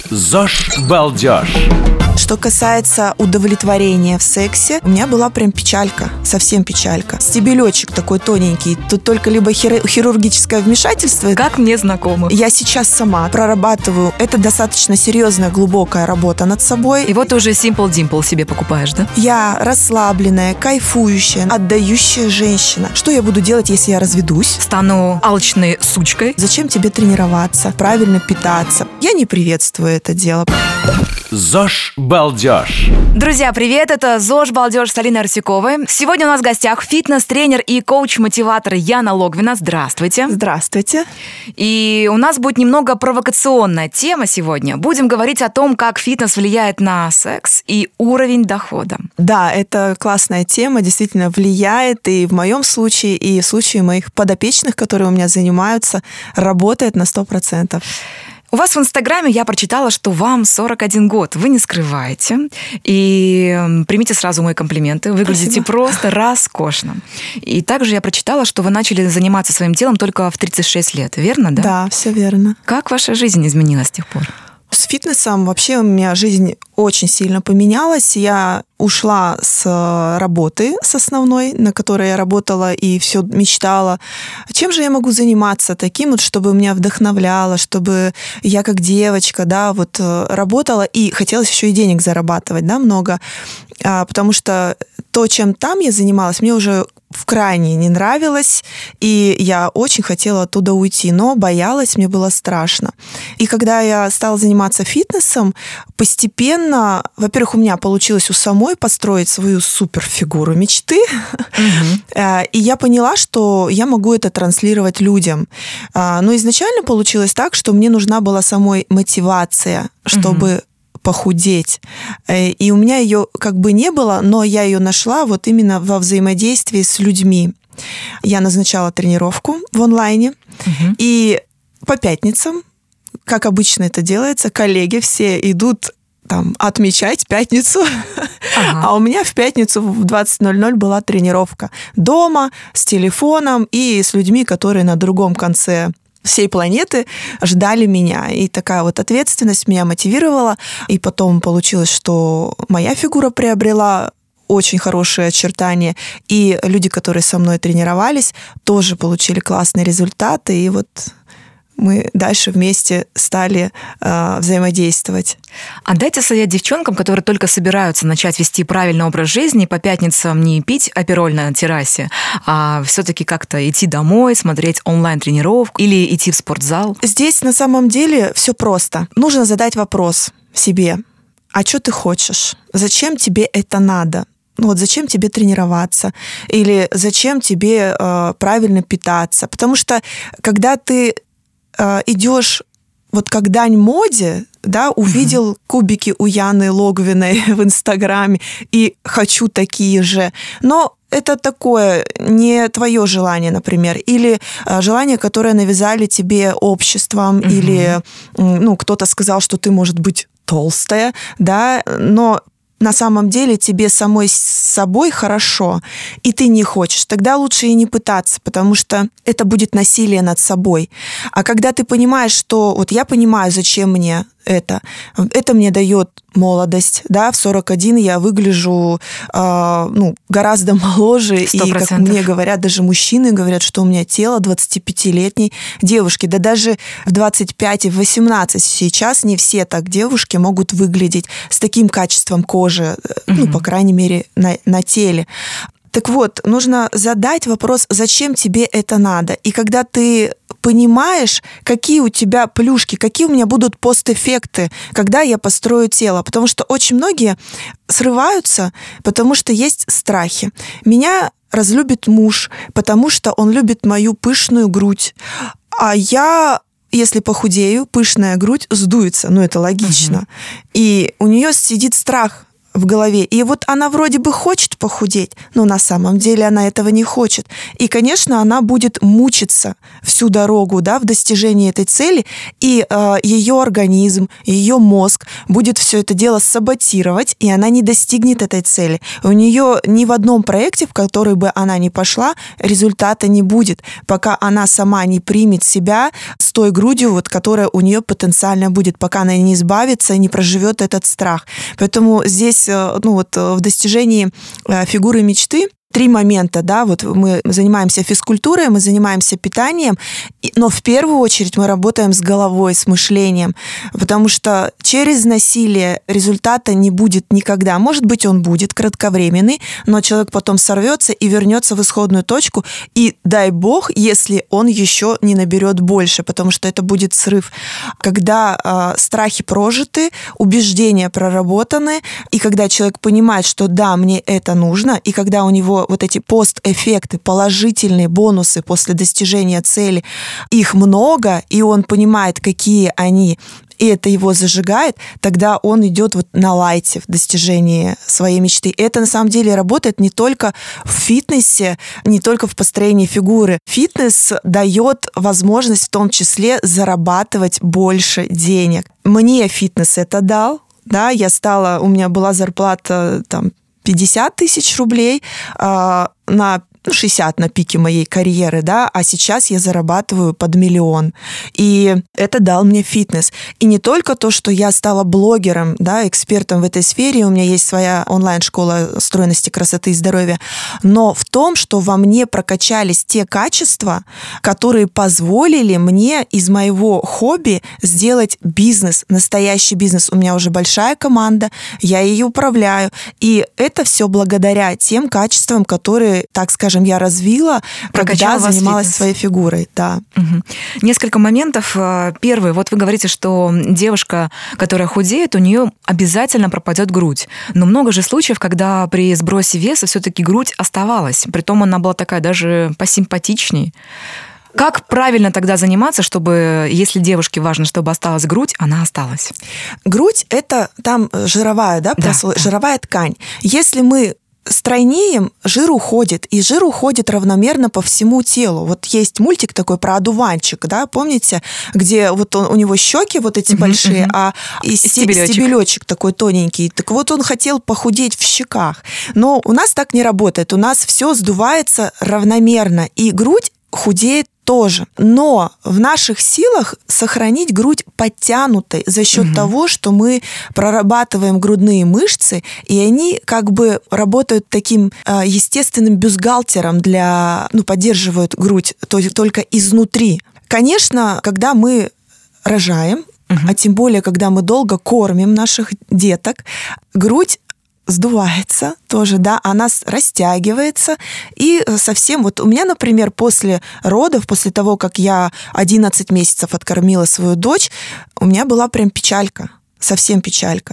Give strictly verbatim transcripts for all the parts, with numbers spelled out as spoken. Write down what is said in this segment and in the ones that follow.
ЗОЖ-балдеж. Что касается удовлетворения в сексе, у меня была прям печалька, совсем печалька. Стебелечек такой тоненький, тут только либо хир- хирургическое вмешательство. Как мне знакомо. Я сейчас сама прорабатываю. Это достаточно серьезная, глубокая работа над собой. И вот ты уже Simple Dimple себе покупаешь, да? Я расслабленная, кайфующая, отдающая женщина. Что я буду делать, если я разведусь? Стану алчной сучкой. Зачем тебе тренироваться, правильно питаться? Я не приветствую это дело. ЗОЖ-балдеж. Друзья, привет, это ЗОЖ-балдеж с Алиной Арсюковой. Сегодня у нас в гостях фитнес-тренер и коуч-мотиватор Яна Логвина. Здравствуйте. Здравствуйте. И у нас будет немного провокационная тема сегодня. Будем говорить о том, как фитнес влияет на секс и уровень дохода. Да, это классная тема, действительно влияет и в моем случае, и в случае моих подопечных, которые у меня занимаются, работает на сто процентов. У вас в Инстаграме я прочитала, что вам сорок один год. Вы не скрываете. И примите сразу мои комплименты. Выглядите Спасибо. просто роскошно. И также я прочитала, что вы начали заниматься своим делом только в тридцать шесть лет. Верно, да? Да, все верно. Как ваша жизнь изменилась с тех пор? С фитнесом вообще у меня жизнь очень сильно поменялась. Я ушла с работы, с основной, на которой я работала и все мечтала. Чем же я могу заниматься таким, вот, чтобы меня вдохновляло, чтобы я как девочка, да, вот работала и хотелось еще и денег зарабатывать, да, много, а, потому что то, чем там я занималась, мне уже в крайне не нравилось, и я очень хотела оттуда уйти, но боялась, мне было страшно. И когда я стала заниматься фитнесом, постепенно, во-первых, у меня получилось у самой построить свою суперфигуру мечты, mm-hmm. и я поняла, что я могу это транслировать людям. Но изначально получилось так, что мне нужна была самой мотивация, чтобы mm-hmm. похудеть. И у меня ее как бы не было, но я ее нашла вот именно во взаимодействии с людьми. Я назначала тренировку в онлайне, угу. и по пятницам, как обычно это делается, коллеги все идут там отмечать пятницу, ага. а у меня в пятницу в двадцать ноль ноль была тренировка дома, с телефоном и с людьми, которые на другом конце всей планеты ждали меня. И такая вот ответственность меня мотивировала. И потом получилось, что моя фигура приобрела очень хорошие очертания. И люди, которые со мной тренировались, тоже получили классные результаты. И вот мы дальше вместе стали э, взаимодействовать. А дайте совет девчонкам, которые только собираются начать вести правильный образ жизни, по пятницам не пить апероль на террасе, а все-таки как-то идти домой, смотреть онлайн-тренировку или идти в спортзал. Здесь на самом деле все просто. Нужно задать вопрос себе. А что ты хочешь? Зачем тебе это надо? Ну вот зачем тебе тренироваться? Или зачем тебе э, правильно питаться? Потому что когда ты идешь вот как дань моде, да, увидел uh-huh. кубики у Яны Логвиной в Инстаграме и хочу такие же, но это такое не твое желание, например, или желание, которое навязали тебе обществом, uh-huh. или ну, кто-то сказал, что ты, может быть, толстая, да, но на самом деле тебе самой с собой хорошо, и ты не хочешь, тогда лучше и не пытаться, потому что это будет насилие над собой. А когда ты понимаешь, что вот я понимаю, зачем мне это, это мне дает молодость, да, в сорок один я выгляжу э, ну, гораздо моложе, сто процентов. И, как мне говорят, даже мужчины говорят, что у меня тело двадцатипятилетней девушки, да даже в двадцать пять и в восемнадцать сейчас не все так девушки могут выглядеть с таким качеством кожи, mm-hmm. ну, по крайней мере, на, на теле. Так вот, нужно задать вопрос, зачем тебе это надо. И когда ты понимаешь, какие у тебя плюшки, какие у меня будут постэффекты, когда я построю тело. Потому что очень многие срываются, потому что есть страхи. Меня разлюбит муж, потому что он любит мою пышную грудь. А я... Если похудею, пышная грудь сдуется. Ну, это логично. Uh-huh. И у нее сидит страх в голове. И вот она вроде бы хочет похудеть, но на самом деле она этого не хочет. И, конечно, она будет мучиться всю дорогу, да, в достижении этой цели, и э, ее организм, ее мозг будет все это дело саботировать, и она не достигнет этой цели. У нее ни в одном проекте, в который бы она ни пошла, результата не будет, пока она сама не примет себя с той грудью, вот, которая у нее потенциально будет, пока она не избавится, не проживет этот страх. Поэтому здесь, ну вот, в достижении фигуры мечты три момента, да, вот мы занимаемся физкультурой, мы занимаемся питанием, но в первую очередь мы работаем с головой, с мышлением, потому что через насилие результата не будет никогда. Может быть, он будет кратковременный, но человек потом сорвется и вернется в исходную точку, и дай бог, если он еще не наберет больше, потому что это будет срыв. Когда э, страхи прожиты, убеждения проработаны, и когда человек понимает, что да, мне это нужно, и когда у него вот эти постэффекты, положительные бонусы после достижения цели, их много, и он понимает, какие они, и это его зажигает, тогда он идет вот на лайте в достижении своей мечты. И это на самом деле работает не только в фитнесе, не только в построении фигуры. Фитнес дает возможность в том числе зарабатывать больше денег. Мне фитнес это дал, да, я стала, у меня была зарплата там пятьдесят тысяч рублей э, на шестьдесят на пике моей карьеры, да, а сейчас я зарабатываю под миллион. И это дал мне фитнес. И не только то, что я стала блогером, да, экспертом в этой сфере, у меня есть своя онлайн-школа стройности, красоты и здоровья, но в том, что во мне прокачались те качества, которые позволили мне из моего хобби сделать бизнес, настоящий бизнес. У меня уже большая команда, я ее управляю, и это все благодаря тем качествам, которые, так скажем, я развила, Прокачала когда занималась своей фигурой. Да. Угу. Несколько моментов. Первый. Вот вы говорите, что девушка, которая худеет, у нее обязательно пропадет грудь. Но много же случаев, когда при сбросе веса все-таки грудь оставалась. Притом она была такая даже посимпатичней. Как правильно тогда заниматься, чтобы, если девушке важно, чтобы осталась грудь, она осталась? Грудь – это там жировая, да, прослой, да, жировая ткань. Если мы стройнеем, жир уходит, и жир уходит равномерно по всему телу. Вот есть мультик такой про одуванчик, да, помните, где вот он, у него щеки вот эти uh-huh, большие, uh-huh. а и стебелечек. стебелечек такой тоненький. Так вот он хотел похудеть в щеках. Но у нас так не работает. У нас все сдувается равномерно, и грудь худеет тоже. Но в наших силах сохранить грудь подтянутой за счет угу. того, что мы прорабатываем грудные мышцы, и они как бы работают таким э, естественным бюстгальтером для, ну, поддерживают грудь, то есть только изнутри. Конечно, когда мы рожаем, угу. а тем более, когда мы долго кормим наших деток, грудь сдувается тоже, да, она растягивается, и совсем вот у меня, например, после родов, после того, как я одиннадцать месяцев откормила свою дочь, у меня была прям печалька, совсем печалька.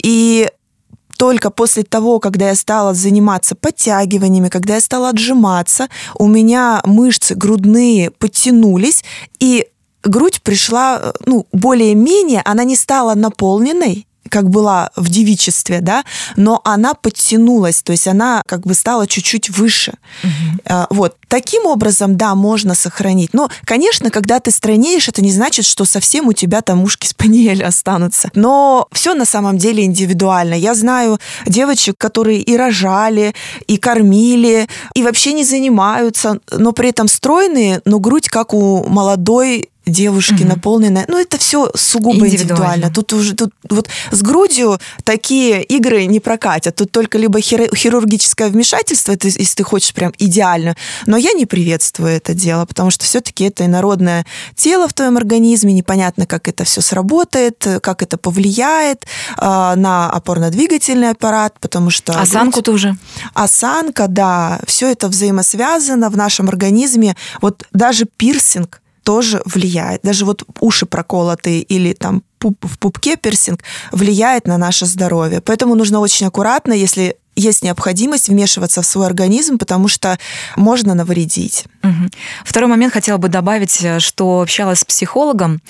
И только после того, когда я стала заниматься подтягиваниями, когда я стала отжиматься, у меня мышцы грудные подтянулись, и грудь пришла, ну, более-менее, она не стала наполненной, как была в девичестве, да, но она подтянулась, то есть она как бы стала чуть-чуть выше. Uh-huh. Вот. Таким образом, да, можно сохранить. Но, конечно, когда ты стройнеешь, это не значит, что совсем у тебя там ушки спаниели останутся. Но все на самом деле индивидуально. Я знаю девочек, которые и рожали, и кормили, и вообще не занимаются, но при этом стройные, но грудь как у молодой девушки, mm-hmm. наполненная. Ну, это все сугубо индивидуально. Тут уже тут вот с грудью такие игры не прокатят. Тут только либо хирургическое вмешательство, если ты хочешь прям идеально. Но я не приветствую это дело, потому что все-таки это инородное тело в твоем организме. Непонятно, как это все сработает, как это повлияет э, на опорно-двигательный аппарат, потому что... Осанку грудь, тоже. Осанка, да. Все это взаимосвязано в нашем организме. Вот даже пирсинг тоже влияет. Даже вот уши проколотые или там пуп, в пупке пирсинг влияет на наше здоровье. Поэтому нужно очень аккуратно, если есть необходимость, вмешиваться в свой организм, потому что можно навредить. Угу. Второй момент хотела бы добавить, что общалась с психологом,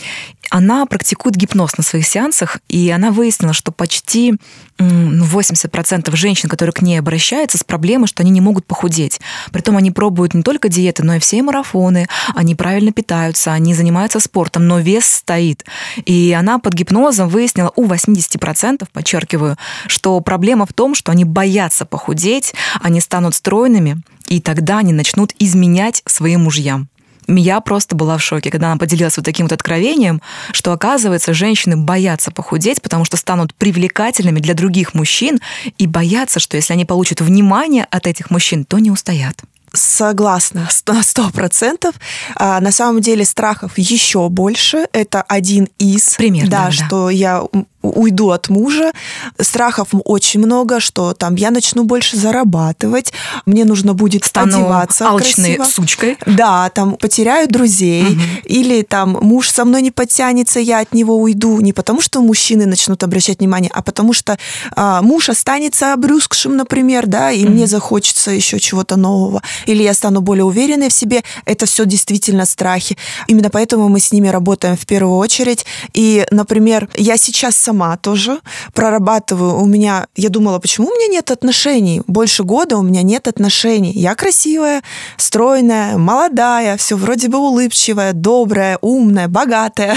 Она практикует гипноз на своих сеансах, и она выяснила, что почти восемьдесят процентов женщин, которые к ней обращаются, с проблемой, что они не могут похудеть. Притом они пробуют не только диеты, но и все марафоны, они правильно питаются, они занимаются спортом, но вес стоит. И она под гипнозом выяснила у восемьдесят процентов, подчеркиваю, что проблема в том, что они боятся похудеть, они станут стройными, и тогда они начнут изменять своим мужьям. Я просто была в шоке, когда она поделилась вот таким вот откровением, что, оказывается, женщины боятся похудеть, потому что станут привлекательными для других мужчин и боятся, что если они получат внимание от этих мужчин, то не устоят. Согласна, сто процентов. А, на самом деле страхов еще больше. Это один из. Пример, да, да, что да. я уйду от мужа. Страхов очень много, что там я начну больше зарабатывать, мне нужно будет Стану одеваться алчной красиво. сучкой. Да, там потеряю друзей, угу. или там муж со мной не подтянется, я от него уйду. Не потому, что мужчины начнут обращать внимание, а потому что а, муж останется обрюзгшим, например, да, и угу. мне захочется еще чего-то нового. Или я стану более уверенной в себе. Это все действительно страхи. Именно поэтому мы с ними работаем в первую очередь. И, например, я сейчас сама Сама тоже прорабатываю. У меня, я думала, почему у меня нет отношений? Больше года у меня нет отношений. Я красивая, стройная, молодая, все вроде бы улыбчивая, добрая, умная, богатая.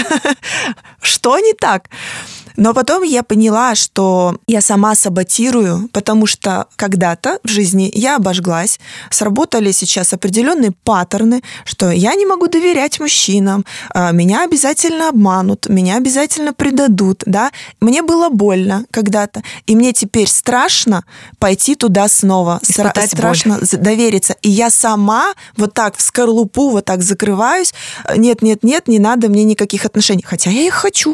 Что не так? Но потом я поняла, что я сама саботирую, потому что когда-то в жизни я обожглась, сработали сейчас определенные паттерны, что я не могу доверять мужчинам, меня обязательно обманут, меня обязательно предадут, да. Мне было больно когда-то, и мне теперь страшно пойти туда снова, испытать страшно боль. Довериться. И я сама вот так в скорлупу вот так закрываюсь, нет-нет-нет, не надо мне никаких отношений, хотя я их хочу.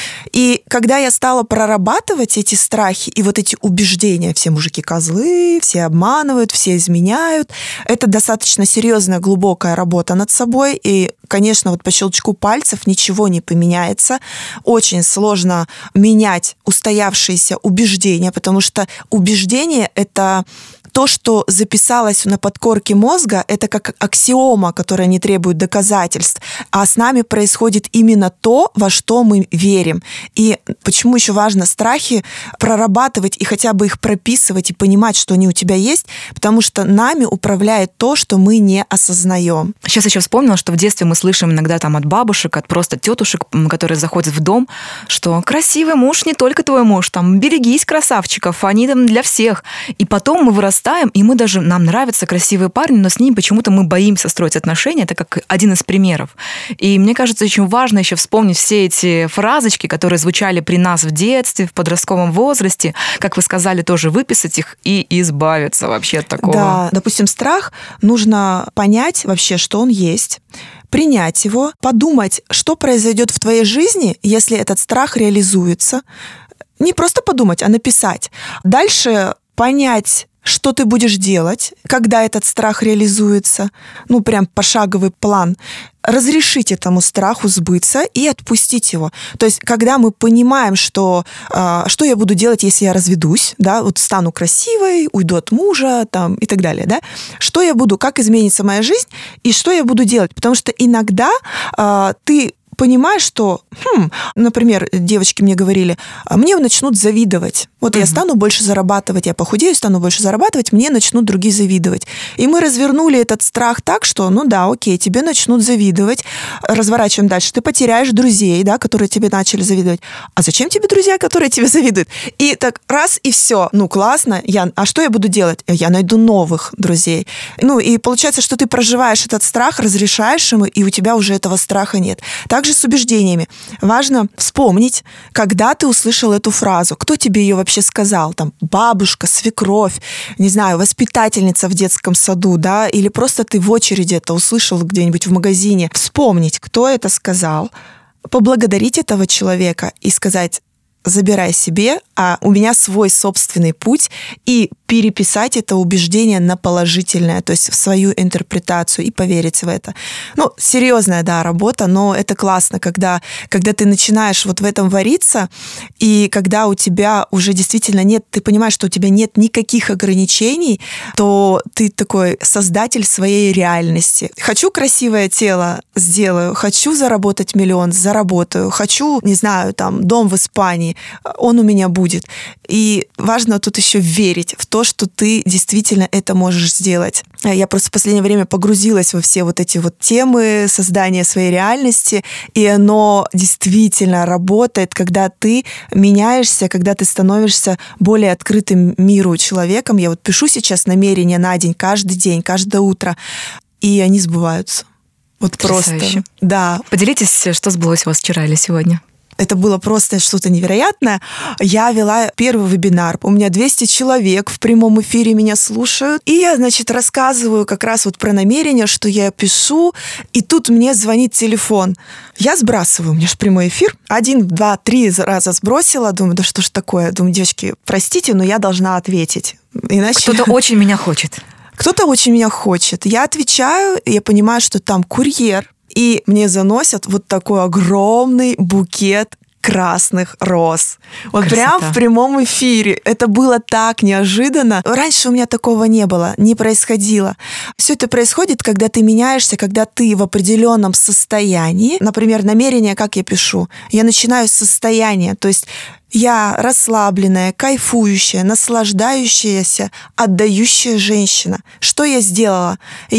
И когда я стала прорабатывать эти страхи и вот эти убеждения, все мужики козлы, все обманывают, все изменяют, это достаточно серьезная, глубокая работа над собой. И, конечно, вот по щелчку пальцев ничего не поменяется. Очень сложно менять устоявшиеся убеждения, потому что убеждение — это то, что записалось на подкорке мозга, это как аксиома, которая не требует доказательств. А с нами происходит именно то, во что мы верим. И почему еще важно страхи прорабатывать и хотя бы их прописывать и понимать, что они у тебя есть, потому что нами управляет то, что мы не осознаем. Сейчас еще вспомнила, что в детстве мы слышим иногда там от бабушек, от просто тетушек, которые заходят в дом, что красивый муж не только твой муж, там, берегись красавчиков, они там для всех. И потом мы вырастаем, и мы даже, нам нравятся красивые парни, но с ними почему-то мы боимся строить отношения. Это как один из примеров. И мне кажется, очень важно еще вспомнить все эти фразочки, которые звучали при нас в детстве, в подростковом возрасте, как вы сказали, тоже выписать их и избавиться вообще от такого. Да, допустим, страх, нужно понять вообще, что он есть, принять его, подумать, что произойдет в твоей жизни, если этот страх реализуется. Не просто подумать, а написать. Дальше понять, что ты будешь делать, когда этот страх реализуется, ну, прям пошаговый план, разрешить этому страху сбыться и отпустить его. То есть, когда мы понимаем, что, э, что я буду делать, если я разведусь, да, вот стану красивой, уйду от мужа, там, и так далее, да, что я буду, как изменится моя жизнь и что я буду делать, потому что иногда э, ты понимаешь, что, хм, например, девочки мне говорили, мне начнут завидовать. Вот mm-hmm. я стану больше зарабатывать, я похудею, стану больше зарабатывать, мне начнут другие завидовать. И мы развернули этот страх так, что, ну да, окей, тебе начнут завидовать. Разворачиваем дальше. Ты потеряешь друзей, да, которые тебе начали завидовать. А зачем тебе друзья, которые тебе завидуют? И так раз, и все. Ну, классно. Я, а что я буду делать? Я найду новых друзей. Ну, и получается, что ты проживаешь этот страх, разрешаешь ему, и у тебя уже этого страха нет. Также с убеждениями. Важно вспомнить, когда ты услышал эту фразу, кто тебе ее вообще сказал, там, бабушка, свекровь, не знаю, воспитательница в детском саду, да, или просто ты в очереди это услышал где-нибудь в магазине. Вспомнить, кто это сказал, поблагодарить этого человека и сказать: забирай себе, а у меня свой собственный путь, и переписать это убеждение на положительное, то есть в свою интерпретацию, и поверить в это. Ну, серьезная, да, работа, но это классно, когда, когда ты начинаешь вот в этом вариться, и когда у тебя уже действительно нет, ты понимаешь, что у тебя нет никаких ограничений, то ты такой создатель своей реальности. Хочу красивое тело, сделаю. Хочу заработать миллион, заработаю. Хочу, не знаю, там, дом в Испании, он у меня будет. И важно тут еще верить в то, что ты действительно это можешь сделать. Я просто в последнее время погрузилась во все вот эти вот темы создания своей реальности, и оно действительно работает, когда ты меняешься, когда ты становишься более открытым миру человеком. Я вот пишу сейчас намерения на день, каждый день, каждое утро, и они сбываются. Вот Потрясающе. Просто. Да. Поделитесь, что сбылось у вас вчера или сегодня? Это было просто что-то невероятное. Я вела первый вебинар. У меня двести человек в прямом эфире меня слушают. И я, значит, рассказываю как раз вот про намерения, что я пишу. И тут мне звонит телефон. Я сбрасываю, у меня же прямой эфир. Один, два, три раза сбросила. Думаю, да что ж такое? Думаю, девочки, простите, но я должна ответить. Иначе... Кто-то очень меня хочет. Кто-то очень меня хочет. Я отвечаю, и я понимаю, что там курьер. И мне заносят вот такой огромный букет красных роз. Вот Красота. Прям в прямом эфире. Это было так неожиданно. Раньше у меня такого не было, не происходило. Все это происходит, когда ты меняешься, когда ты в определенном состоянии. Например, намерение, как я пишу. Я начинаю с состояния, то есть я расслабленная, кайфующая, наслаждающаяся, отдающая женщина. Что я сделала?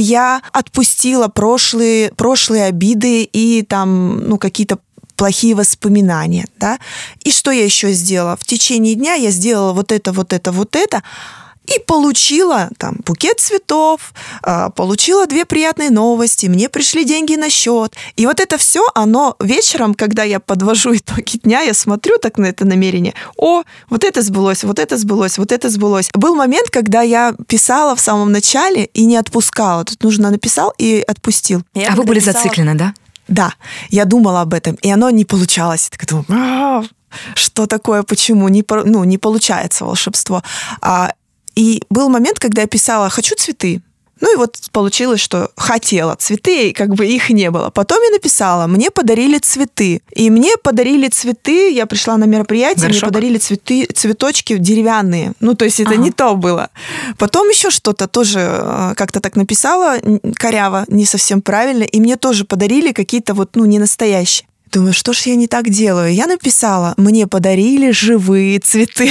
Я отпустила прошлые, прошлые обиды и там, ну, какие-то плохие воспоминания, да? И что я еще сделала? В течение дня я сделала вот это, вот это, вот это, и получила там букет цветов, получила две приятные новости, мне пришли деньги на счет. И вот это все, оно вечером, когда я подвожу итоги дня, я смотрю так на это намерение. О, вот это сбылось, вот это сбылось, вот это сбылось. Был момент, когда я писала в самом начале и не отпускала. Тут нужно написал и отпустил. Я а вы были писала... зациклены, да? Да, я думала об этом, и оно не получалось. Я такая думаю, что такое, почему? Не, ну, не получается волшебство. А, и был момент, когда я писала «хочу цветы». Ну и вот получилось, что хотела цветы, и как бы их не было. Потом я написала «мне подарили цветы». И мне подарили цветы, я пришла на мероприятие, Горшок. Мне подарили цветы, цветочки деревянные. Ну то есть это ага. не то было. Потом еще что-то тоже как-то так написала, коряво, не совсем правильно, и мне тоже подарили какие-то вот, ну, не настоящие. Думаю, что ж я не так делаю? Я написала, мне подарили живые цветы.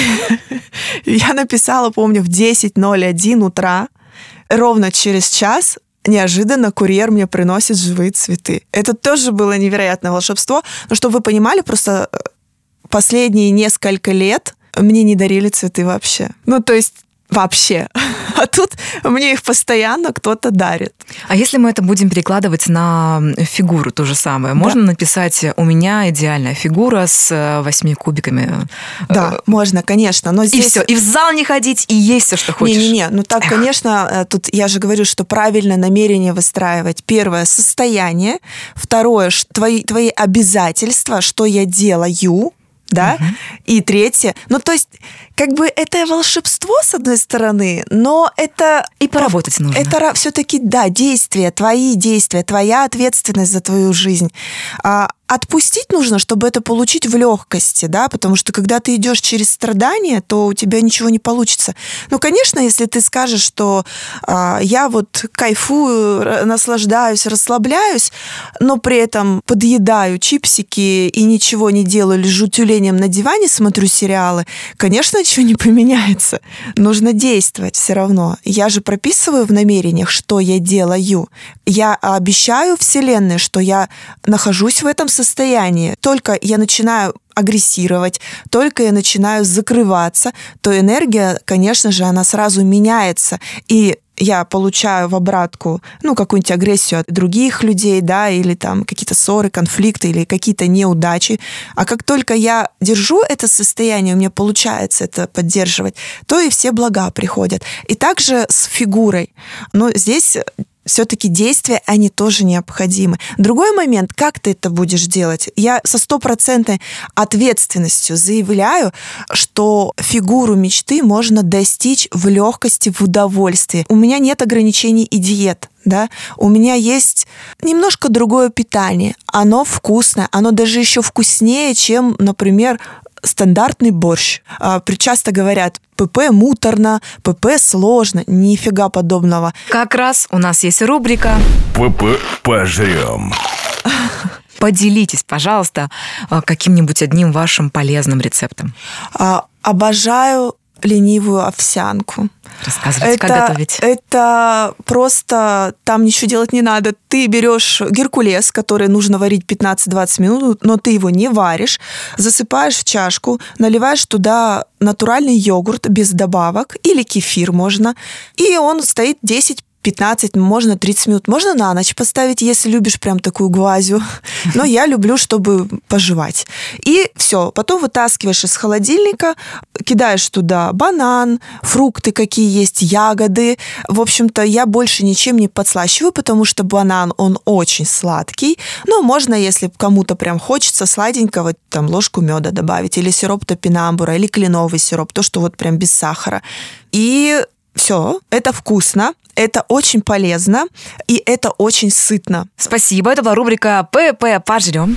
Я написала, помню, в десять ноль один утра. Ровно через час неожиданно курьер мне приносит живые цветы. Это тоже было невероятное волшебство. Но чтобы вы понимали, просто последние несколько лет мне не дарили цветы вообще. Ну, то есть вообще. А тут мне их постоянно кто-то дарит. А если мы это будем перекладывать на фигуру, то же самое, можно да. написать «у меня идеальная фигура с восьми кубиками»? Да, можно, конечно. Но здесь... И все, и в зал не ходить, и есть все, что хочешь. Не-не-не, ну так, Эх. конечно, тут я же говорю, что правильно намерение выстраивать. Первое – состояние. Второе – твои, твои обязательства, что я делаю. Да? Угу. И третье. Ну, то есть, как бы это волшебство, с одной стороны, но это... И поработать нужно. Это все-таки, да, действия, твои действия, твоя ответственность за твою жизнь. А отпустить нужно, чтобы это получить в легкости, да, потому что когда ты идешь через страдания, то у тебя ничего не получится. Ну, конечно, если ты скажешь, что а, я вот кайфую, наслаждаюсь, расслабляюсь, но при этом подъедаю чипсики и ничего не делаю, лежу тюленем на диване, смотрю сериалы, конечно, ничего не поменяется. Нужно действовать все равно. Я же прописываю в намерениях, что я делаю. Я обещаю Вселенной, что я нахожусь в этом состоянии. Только я начинаю агрессировать, только я начинаю закрываться, то энергия, конечно же, она сразу меняется. И я получаю в обратку, ну, какую-нибудь агрессию от других людей, да, или там какие-то ссоры, конфликты, или какие-то неудачи. А как только я держу это состояние, у меня получается это поддерживать, то и все блага приходят. И также с фигурой. Но здесь все-таки действия, они тоже необходимы. Другой момент, как ты это будешь делать? Я со стопроцентной ответственностью заявляю, что фигуру мечты можно достичь в легкости, в удовольствии. У меня нет ограничений и диет. Да? У меня есть немножко другое питание. Оно вкусное, оно даже еще вкуснее, чем, например, стандартный борщ. Часто говорят, ПП муторно, ПП сложно. Нифига подобного. Как раз у нас есть рубрика ПП пожрем. Поделитесь, пожалуйста, каким-нибудь одним вашим полезным рецептом. Обожаю ленивую овсянку. Рассказывайте, это, как готовить. Это просто там ничего делать не надо. Ты берешь геркулес, который нужно варить пятнадцать-двадцать минут, но ты его не варишь, засыпаешь в чашку, наливаешь туда натуральный йогурт без добавок или кефир можно, и он стоит десять пятнадцать, можно тридцать минут. Можно на ночь поставить, если любишь прям такую гвазю. Но я люблю, чтобы пожевать. И все. Потом вытаскиваешь из холодильника, кидаешь туда банан, фрукты какие есть, ягоды. В общем-то, я больше ничем не подслащиваю, потому что банан, он очень сладкий. Но можно, если кому-то прям хочется сладенького, там ложку меда добавить, или сироп топинамбура, или кленовый сироп, то, что вот прям без сахара. И все, это вкусно, это очень полезно, и это очень сытно. Спасибо, это была рубрика ПП пожрем.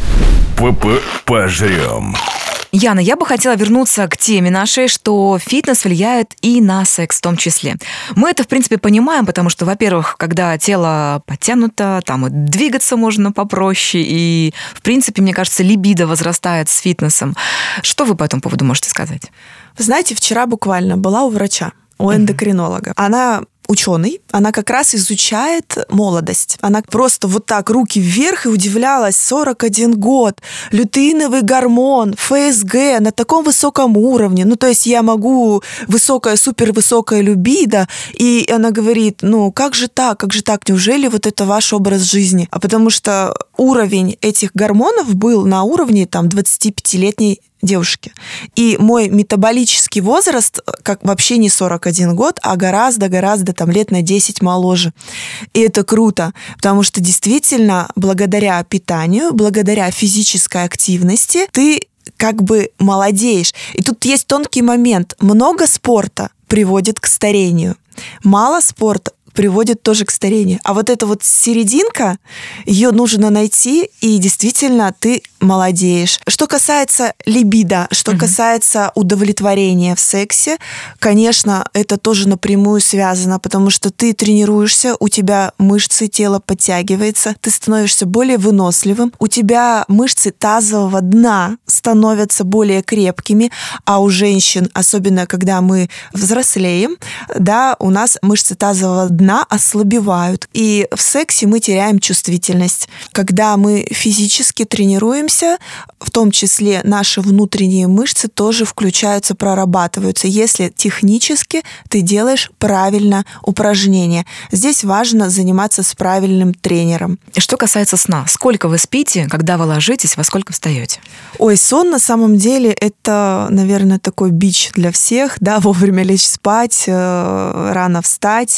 ПП пожрем. Яна, я бы хотела вернуться к теме нашей, что фитнес влияет и на секс в том числе. Мы это, в принципе, понимаем, потому что, во-первых, когда тело подтянуто, там и двигаться можно попроще, и, в принципе, мне кажется, либидо возрастает с фитнесом. Что вы по этому поводу можете сказать? Вы знаете, вчера буквально была у врача, у эндокринолога. Она ученый, она как раз изучает молодость. Она просто вот так руки вверх и удивлялась. сорок один год, лютеиновый гормон, эф эс гэ на таком высоком уровне. Ну, то есть я могу высокая, супервысокая либидо. И она говорит, ну, как же так, как же так, неужели вот это ваш образ жизни? А потому что уровень этих гормонов был на уровне там двадцатипятилетней девушки. И мой метаболический возраст, как вообще не сорок один год, а гораздо-гораздо там лет на десять моложе. И это круто, потому что действительно благодаря питанию, благодаря физической активности ты как бы молодеешь. И тут есть тонкий момент. Много спорта приводит к старению. Мало спорта приводит тоже к старению. А вот эта вот серединка, ее нужно найти, и действительно ты молодеешь. Что касается либидо, что угу. касается удовлетворения в сексе, конечно, это тоже напрямую связано, потому что ты тренируешься, у тебя мышцы тела подтягиваются, ты становишься более выносливым, у тебя мышцы тазового дна становятся более крепкими, а у женщин, особенно когда мы взрослеем, да, у нас мышцы тазового дна ослабевают. И в сексе мы теряем чувствительность. Когда мы физически тренируемся, в том числе наши внутренние мышцы тоже включаются, прорабатываются, если технически ты делаешь правильно упражнения. Здесь важно заниматься с правильным тренером. И что касается сна, сколько вы спите, когда вы ложитесь, во сколько встаете? Ой, сон на самом деле это, наверное, такой бич для всех, да, вовремя лечь спать, рано встать.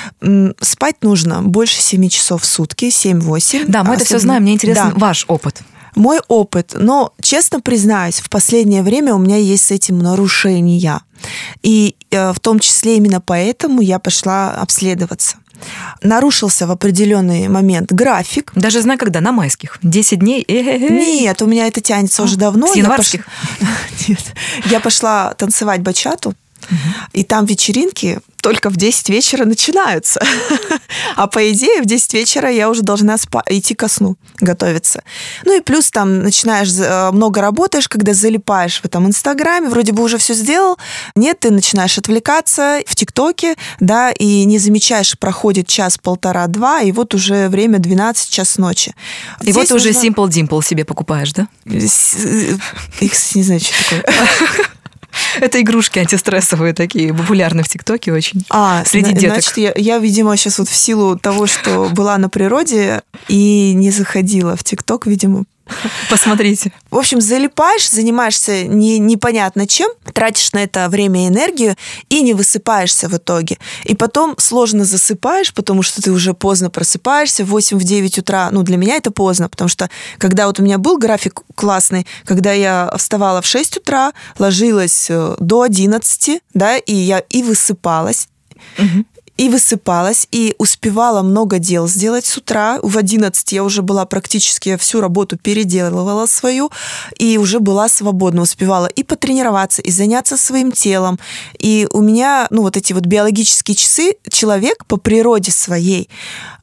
Спать нужно больше семи часов в сутки, семь-восемь. Да, мы особенно... это все знаем, мне интересен да. ваш опыт. Мой опыт, но, честно признаюсь, в последнее время у меня есть с этим нарушения. И э, в том числе именно поэтому я пошла обследоваться. Нарушился в определенный момент график. Даже знаю, когда, на майских. десять дней? Э-э-э. Нет, у меня это тянется а, уже давно. С январских? Я пош... Нет. Я пошла танцевать бачату. Угу. И там вечеринки только в десять вечера начинаются. А по идее в десять вечера я уже должна спа- идти ко сну, готовиться. Ну и плюс там начинаешь, много работаешь, когда залипаешь в этом Инстаграме, вроде бы уже все сделал. Нет, ты начинаешь отвлекаться в ТикТоке, да, и не замечаешь, проходит час, полтора, два, и вот уже время двенадцать, час ночи. И здесь вот нужно... уже Simple Dimple себе покупаешь, да? Я, кстати, не знаю, что такое. Это игрушки антистрессовые такие, популярны в ТикТоке очень. А, среди деток. Значит, я, я, видимо, сейчас вот в силу того, что была на природе и не заходила в ТикТок, видимо, Посмотрите. В общем, залипаешь, занимаешься не, непонятно чем, тратишь на это время и энергию и не высыпаешься в итоге. И потом сложно засыпаешь, потому что ты уже поздно просыпаешься, в восемь-девять утра. Ну, для меня это поздно, потому что когда вот у меня был график классный, когда я вставала в шесть утра, ложилась до одиннадцати, да, и я и высыпалась. Угу. И высыпалась, и успевала много дел сделать с утра. В одиннадцать я уже была практически всю работу переделывала свою, и уже была свободна, успевала и потренироваться, и заняться своим телом. И у меня, ну, вот эти вот биологические часы, человек по природе своей,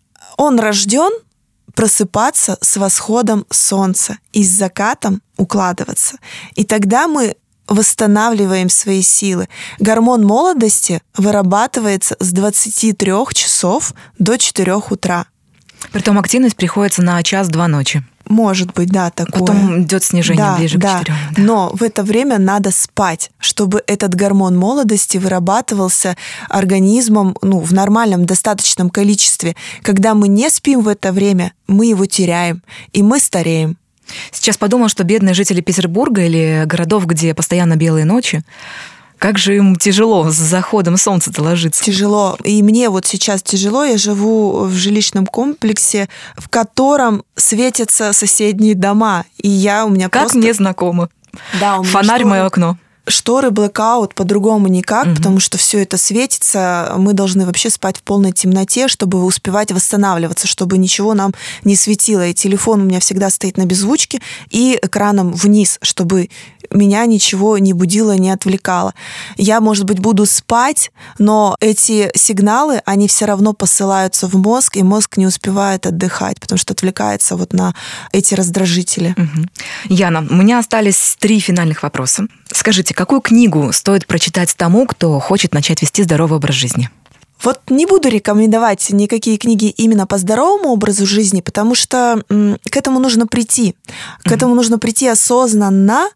он рожден просыпаться с восходом солнца и с закатом укладываться. И тогда мы восстанавливаем свои силы. Гормон молодости вырабатывается с двадцати трёх часов до четырёх утра. Притом активность приходится на час-два ночи. Может быть, да, такое. Потом идет снижение да, ближе да. к четырем. Да. Но в это время надо спать, чтобы этот гормон молодости вырабатывался организмом, ну, в нормальном, достаточном количестве. Когда мы не спим в это время, мы его теряем, и мы стареем. Сейчас подумал, что бедные жители Петербурга или городов, где постоянно белые ночи, как же им тяжело с заходом солнца-то ложиться. Тяжело. И мне вот сейчас тяжело. Я живу в жилищном комплексе, в котором светятся соседние дома. И я у меня как просто... мне знакомо. Да, у меня фонарь в мое окно. Шторы, блэкаут, по-другому никак, угу. потому что все это светится. Мы должны вообще спать в полной темноте, чтобы успевать восстанавливаться, чтобы ничего нам не светило. И телефон у меня всегда стоит на беззвучке и экраном вниз, чтобы меня ничего не будило, не отвлекало. Я, может быть, буду спать, но эти сигналы, они все равно посылаются в мозг, и мозг не успевает отдыхать, потому что отвлекается вот на эти раздражители. Угу. Яна, у меня остались три финальных вопроса. Скажите, какую книгу стоит прочитать тому, кто хочет начать вести здоровый образ жизни? Вот не буду рекомендовать никакие книги именно по здоровому образу жизни, потому что м, к этому нужно прийти. К mm-hmm. этому нужно прийти осознанно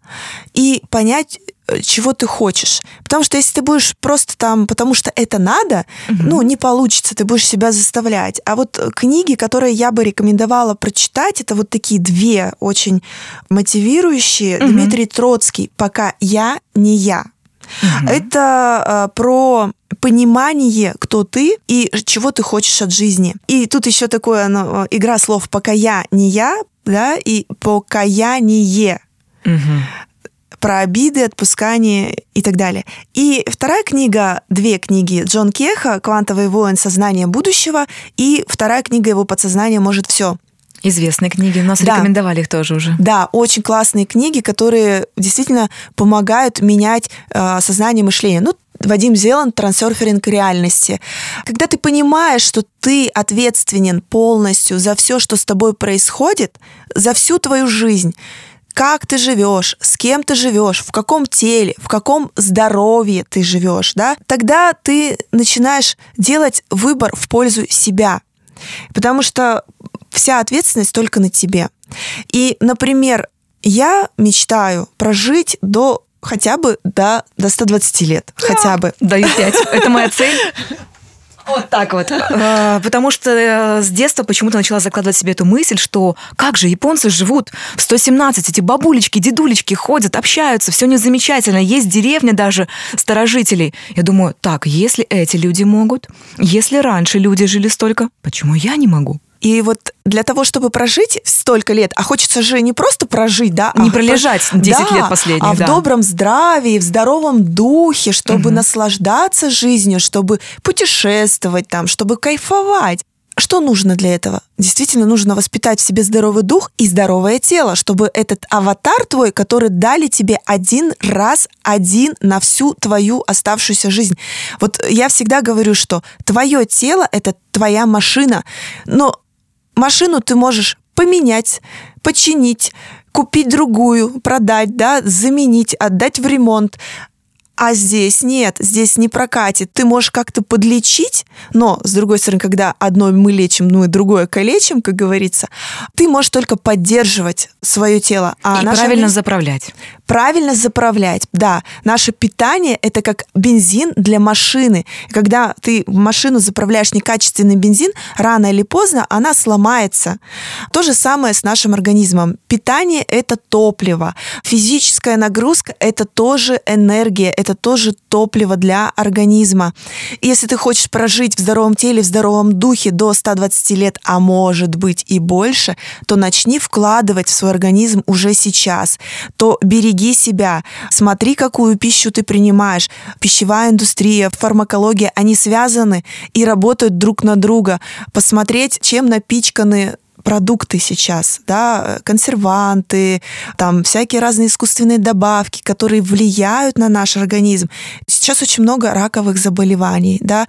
и понять, чего ты хочешь. Потому что если ты будешь просто там, потому что это надо, mm-hmm. ну, не получится, ты будешь себя заставлять. А вот книги, которые я бы рекомендовала прочитать, это вот такие две очень мотивирующие. Mm-hmm. Дмитрий Троцкий «Пока я не я». Mm-hmm. Это э, про понимание, кто ты и чего ты хочешь от жизни. И тут еще такое, ну, игра слов «пока я не я», да, и «покаяние». Угу. Про обиды, отпускание и так далее. И вторая книга, две книги Джон Кеха «Квантовый воин. Сознание будущего», и вторая книга его «Подсознание может все». Известные книги, у нас да. рекомендовали их тоже уже. Да, очень классные книги, которые действительно помогают менять э, сознание, мышление. Ну, Вадим Зеланд «Трансерфинг реальности». Когда ты понимаешь, что ты ответственен полностью за все, что с тобой происходит, за всю твою жизнь, как ты живешь, с кем ты живешь, в каком теле, в каком здоровье ты живешь, да, тогда ты начинаешь делать выбор в пользу себя. Потому что вся ответственность только на тебе. И, например, я мечтаю прожить до хотя бы до, до ста двадцати лет. Да. Хотя бы. Даю пять. Это моя цель. Вот так вот. Потому что с детства почему-то начала закладывать себе эту мысль, что как же японцы живут в сто семнадцать, эти бабулечки, дедулечки ходят, общаются, все незамечательно, есть деревня даже старожителей. Я думаю, так, если эти люди могут, если раньше люди жили столько, почему я не могу? И вот для того, чтобы прожить столько лет, а хочется же не просто прожить, да, не а пролежать десять да, лет последних, а да. в добром здравии, в здоровом духе, чтобы угу. наслаждаться жизнью, чтобы путешествовать там, чтобы кайфовать. Что нужно для этого? Действительно, нужно воспитать в себе здоровый дух и здоровое тело, чтобы этот аватар твой, который дали тебе один раз, один на всю твою оставшуюся жизнь. Вот я всегда говорю, что твое тело — это твоя машина, но машину ты можешь поменять, починить, купить другую, продать, да, заменить, отдать в ремонт. А здесь нет, здесь не прокатит. Ты можешь как-то подлечить, но, с другой стороны, когда одно мы лечим, ну и другое калечим, как говорится, ты можешь только поддерживать свое тело. А и наша правильно жизнь... заправлять. Правильно заправлять. Да, наше питание – это как бензин для машины. Когда ты в машину заправляешь некачественный бензин, рано или поздно она сломается. То же самое с нашим организмом. Питание – это топливо. Физическая нагрузка – это тоже энергия, это тоже топливо для организма. И если ты хочешь прожить в здоровом теле, в здоровом духе до ста двадцати лет, а может быть и больше, то начни вкладывать в свой организм уже сейчас. То береги себя, смотри, какую пищу ты принимаешь. Пищевая индустрия, фармакология, они связаны и работают друг на друга. Посмотреть, чем напичканы продукты сейчас, да, консерванты, там всякие разные искусственные добавки, которые влияют на наш организм. Сейчас очень много раковых заболеваний, да,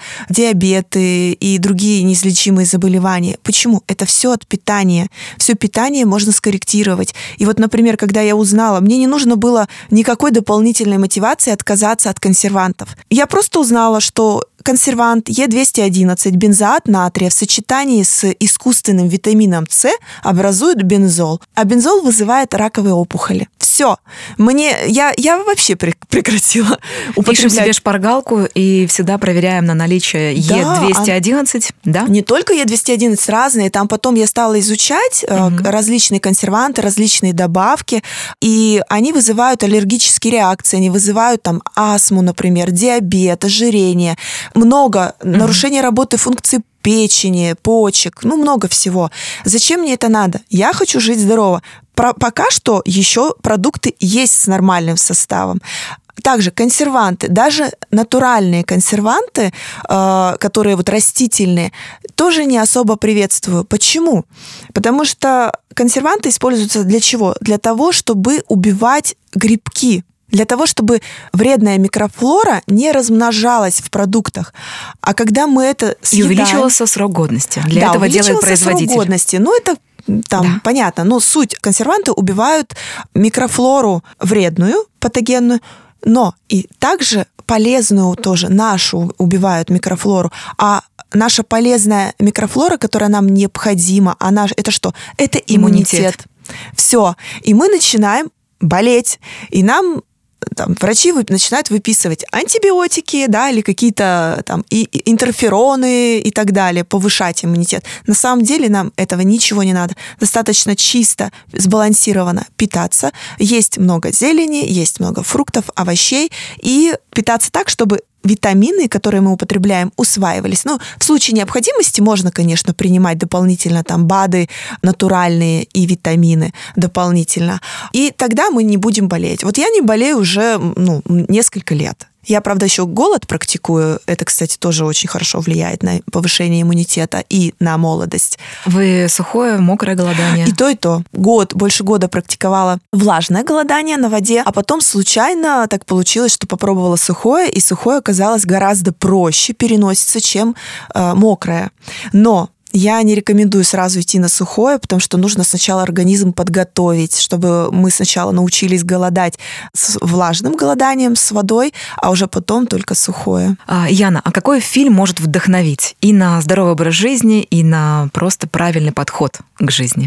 диабеты и другие неизлечимые заболевания. Почему? Это все от питания. Все питание можно скорректировать. И вот, например, когда я узнала, мне не нужно было никакой дополнительной мотивации отказаться от консервантов. Я просто узнала, что консервант Е двести одиннадцать, бензоат натрия в сочетании с искусственным витамином С образует бензол, а бензол вызывает раковые опухоли. Все. Мне, я, я вообще прекратила употреблять. Пишем себе шпаргалку и всегда проверяем на наличие Е двести одиннадцать, да? Не только Е двести одиннадцать, разные. Там потом я стала изучать угу. различные консерванты, различные добавки, и они вызывают аллергические реакции, они вызывают там астму, например, диабет, ожирение. Много mm-hmm. нарушения работы функций печени, почек, ну, много всего. Зачем мне это надо? Я хочу жить здорово. Про- пока что еще продукты есть с нормальным составом. Также консерванты, даже натуральные консерванты, э, которые вот растительные, тоже не особо приветствую. Почему? Потому что консерванты используются для чего? Для того, чтобы убивать грибки. Для того, чтобы вредная микрофлора не размножалась в продуктах. А когда мы это съедаем... И увеличивался срок годности. Для да, этого делает производитель. Срок годности. Ну, это там да. понятно. Но суть. Консерванты убивают микрофлору вредную, патогенную, но и также полезную тоже нашу убивают микрофлору. А наша полезная микрофлора, которая нам необходима, она, это что? Это иммунитет. иммунитет. Все. И мы начинаем болеть. И нам... Там, врачи начинают выписывать антибиотики, да, или какие-то там и интерфероны и так далее, повышать иммунитет. На самом деле нам этого ничего не надо. Достаточно чисто, сбалансированно питаться, есть много зелени, есть много фруктов, овощей и питаться так, чтобы витамины, которые мы употребляем, усваивались. Ну, в случае необходимости можно, конечно, принимать дополнительно там БАДы натуральные и витамины дополнительно. И тогда мы не будем болеть. Вот я не болею уже ну, несколько лет. Я, правда, еще голод практикую. Это, кстати, тоже очень хорошо влияет на повышение иммунитета и на молодость. Вы сухое, мокрое голодание? И то, и то. Год, больше года практиковала влажное голодание на воде, а потом случайно так получилось, что попробовала сухое, и сухое оказалось гораздо проще переносится, чем э, мокрое. Но я не рекомендую сразу идти на сухое, потому что нужно сначала организм подготовить, чтобы мы сначала научились голодать с влажным голоданием, с водой, а уже потом только сухое. А, Яна, а какой фильм может вдохновить и на здоровый образ жизни, и на просто правильный подход к жизни?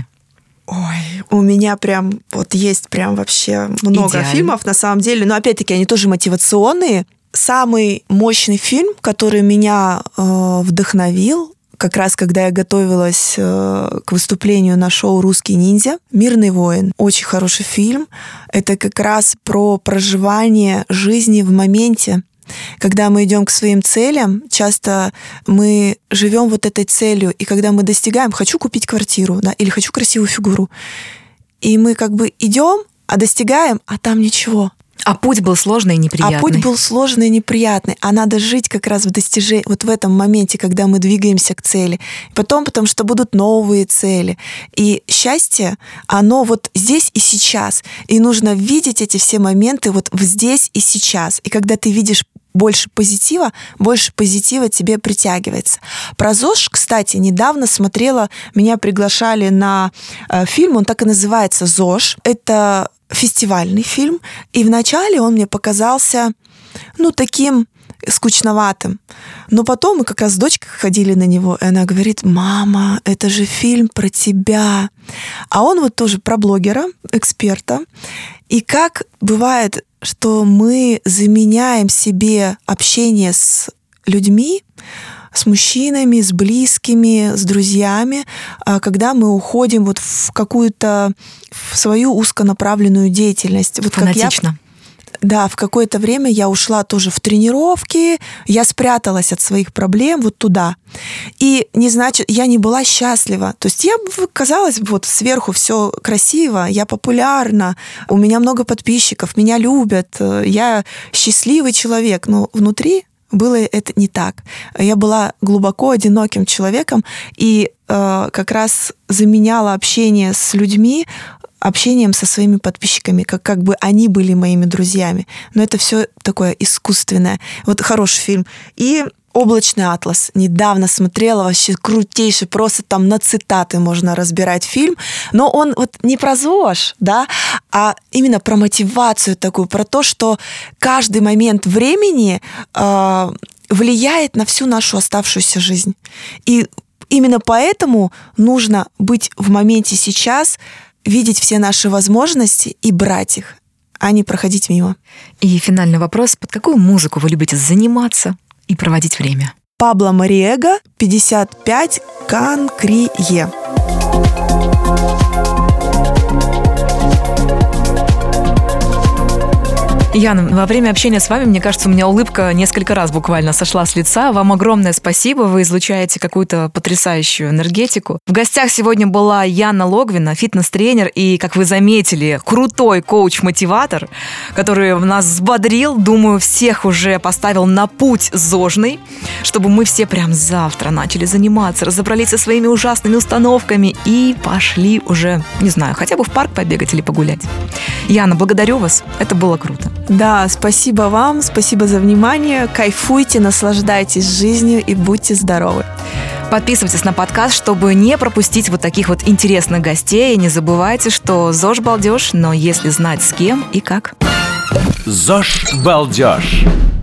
Ой, у меня прям вот есть прям вообще много Идеально. фильмов на самом деле, но опять-таки они тоже мотивационные. Самый мощный фильм, который меня э, вдохновил, как раз когда я готовилась к выступлению на шоу «Русский ниндзя», «Мирный воин». Очень хороший фильм. Это как раз про проживание жизни в моменте. Когда мы идем к своим целям, часто мы живем вот этой целью, и когда мы достигаем, хочу купить квартиру, да, или хочу красивую фигуру, и мы как бы идем, а достигаем, а там ничего. А путь был сложный и неприятный. А путь был сложный и неприятный. А надо жить как раз в достижении, вот в этом моменте, когда мы двигаемся к цели. И потом, потому что будут новые цели. И счастье, оно вот здесь и сейчас. И нужно видеть эти все моменты вот здесь и сейчас. И когда ты видишь больше позитива, больше позитива тебе притягивается. Про ЗОЖ, кстати, недавно смотрела, меня приглашали на э, фильм, он так и называется «ЗОЖ». Это фестивальный фильм, и вначале он мне показался, ну, таким скучноватым. Но потом мы как раз с дочкой ходили на него, и она говорит: «Мама, это же фильм про тебя». А он вот тоже про блогера, эксперта. И как бывает, что мы заменяем себе общение с людьми, с мужчинами, с близкими, с друзьями, когда мы уходим вот в какую-то в свою узконаправленную деятельность. Вот фанатично. Как я, да, в какое-то время я ушла тоже в тренировки, я спряталась от своих проблем вот туда. И не значит, я не была счастлива. То есть я, казалось бы, вот сверху все красиво, я популярна, у меня много подписчиков, меня любят, я счастливый человек, но внутри было это не так. Я была глубоко одиноким человеком и э, как раз заменяла общение с людьми общением со своими подписчиками, как, как бы они были моими друзьями. Но это все такое искусственное. Вот хороший фильм. И «Облачный атлас». Недавно смотрела, вообще крутейший, просто там на цитаты можно разбирать фильм. Но он вот не про ЗОЖ, да, а именно про мотивацию такую, про то, что каждый момент времени э, влияет на всю нашу оставшуюся жизнь. И именно поэтому нужно быть в моменте сейчас, видеть все наши возможности и брать их, а не проходить мимо. И финальный вопрос. Под какую музыку вы любите заниматься и проводить время? Пабло Мариэго, пятьдесят пять Канкрие. Яна, во время общения с вами, мне кажется, у меня улыбка несколько раз буквально сошла с лица. Вам огромное спасибо, вы излучаете какую-то потрясающую энергетику. В гостях сегодня была Яна Логвина, фитнес-тренер и, как вы заметили, крутой коуч-мотиватор, который нас взбодрил, думаю, всех уже поставил на путь зожный, чтобы мы все прям завтра начали заниматься, разобрались со своими ужасными установками и пошли уже, не знаю, хотя бы в парк побегать или погулять. Яна, благодарю вас, это было круто. Да, спасибо вам, спасибо за внимание. Кайфуйте, наслаждайтесь жизнью и будьте здоровы. Подписывайтесь на подкаст, чтобы не пропустить вот таких вот интересных гостей. И не забывайте, что ЗОЖ балдеж, но если знать с кем и как. ЗОЖ балдеж.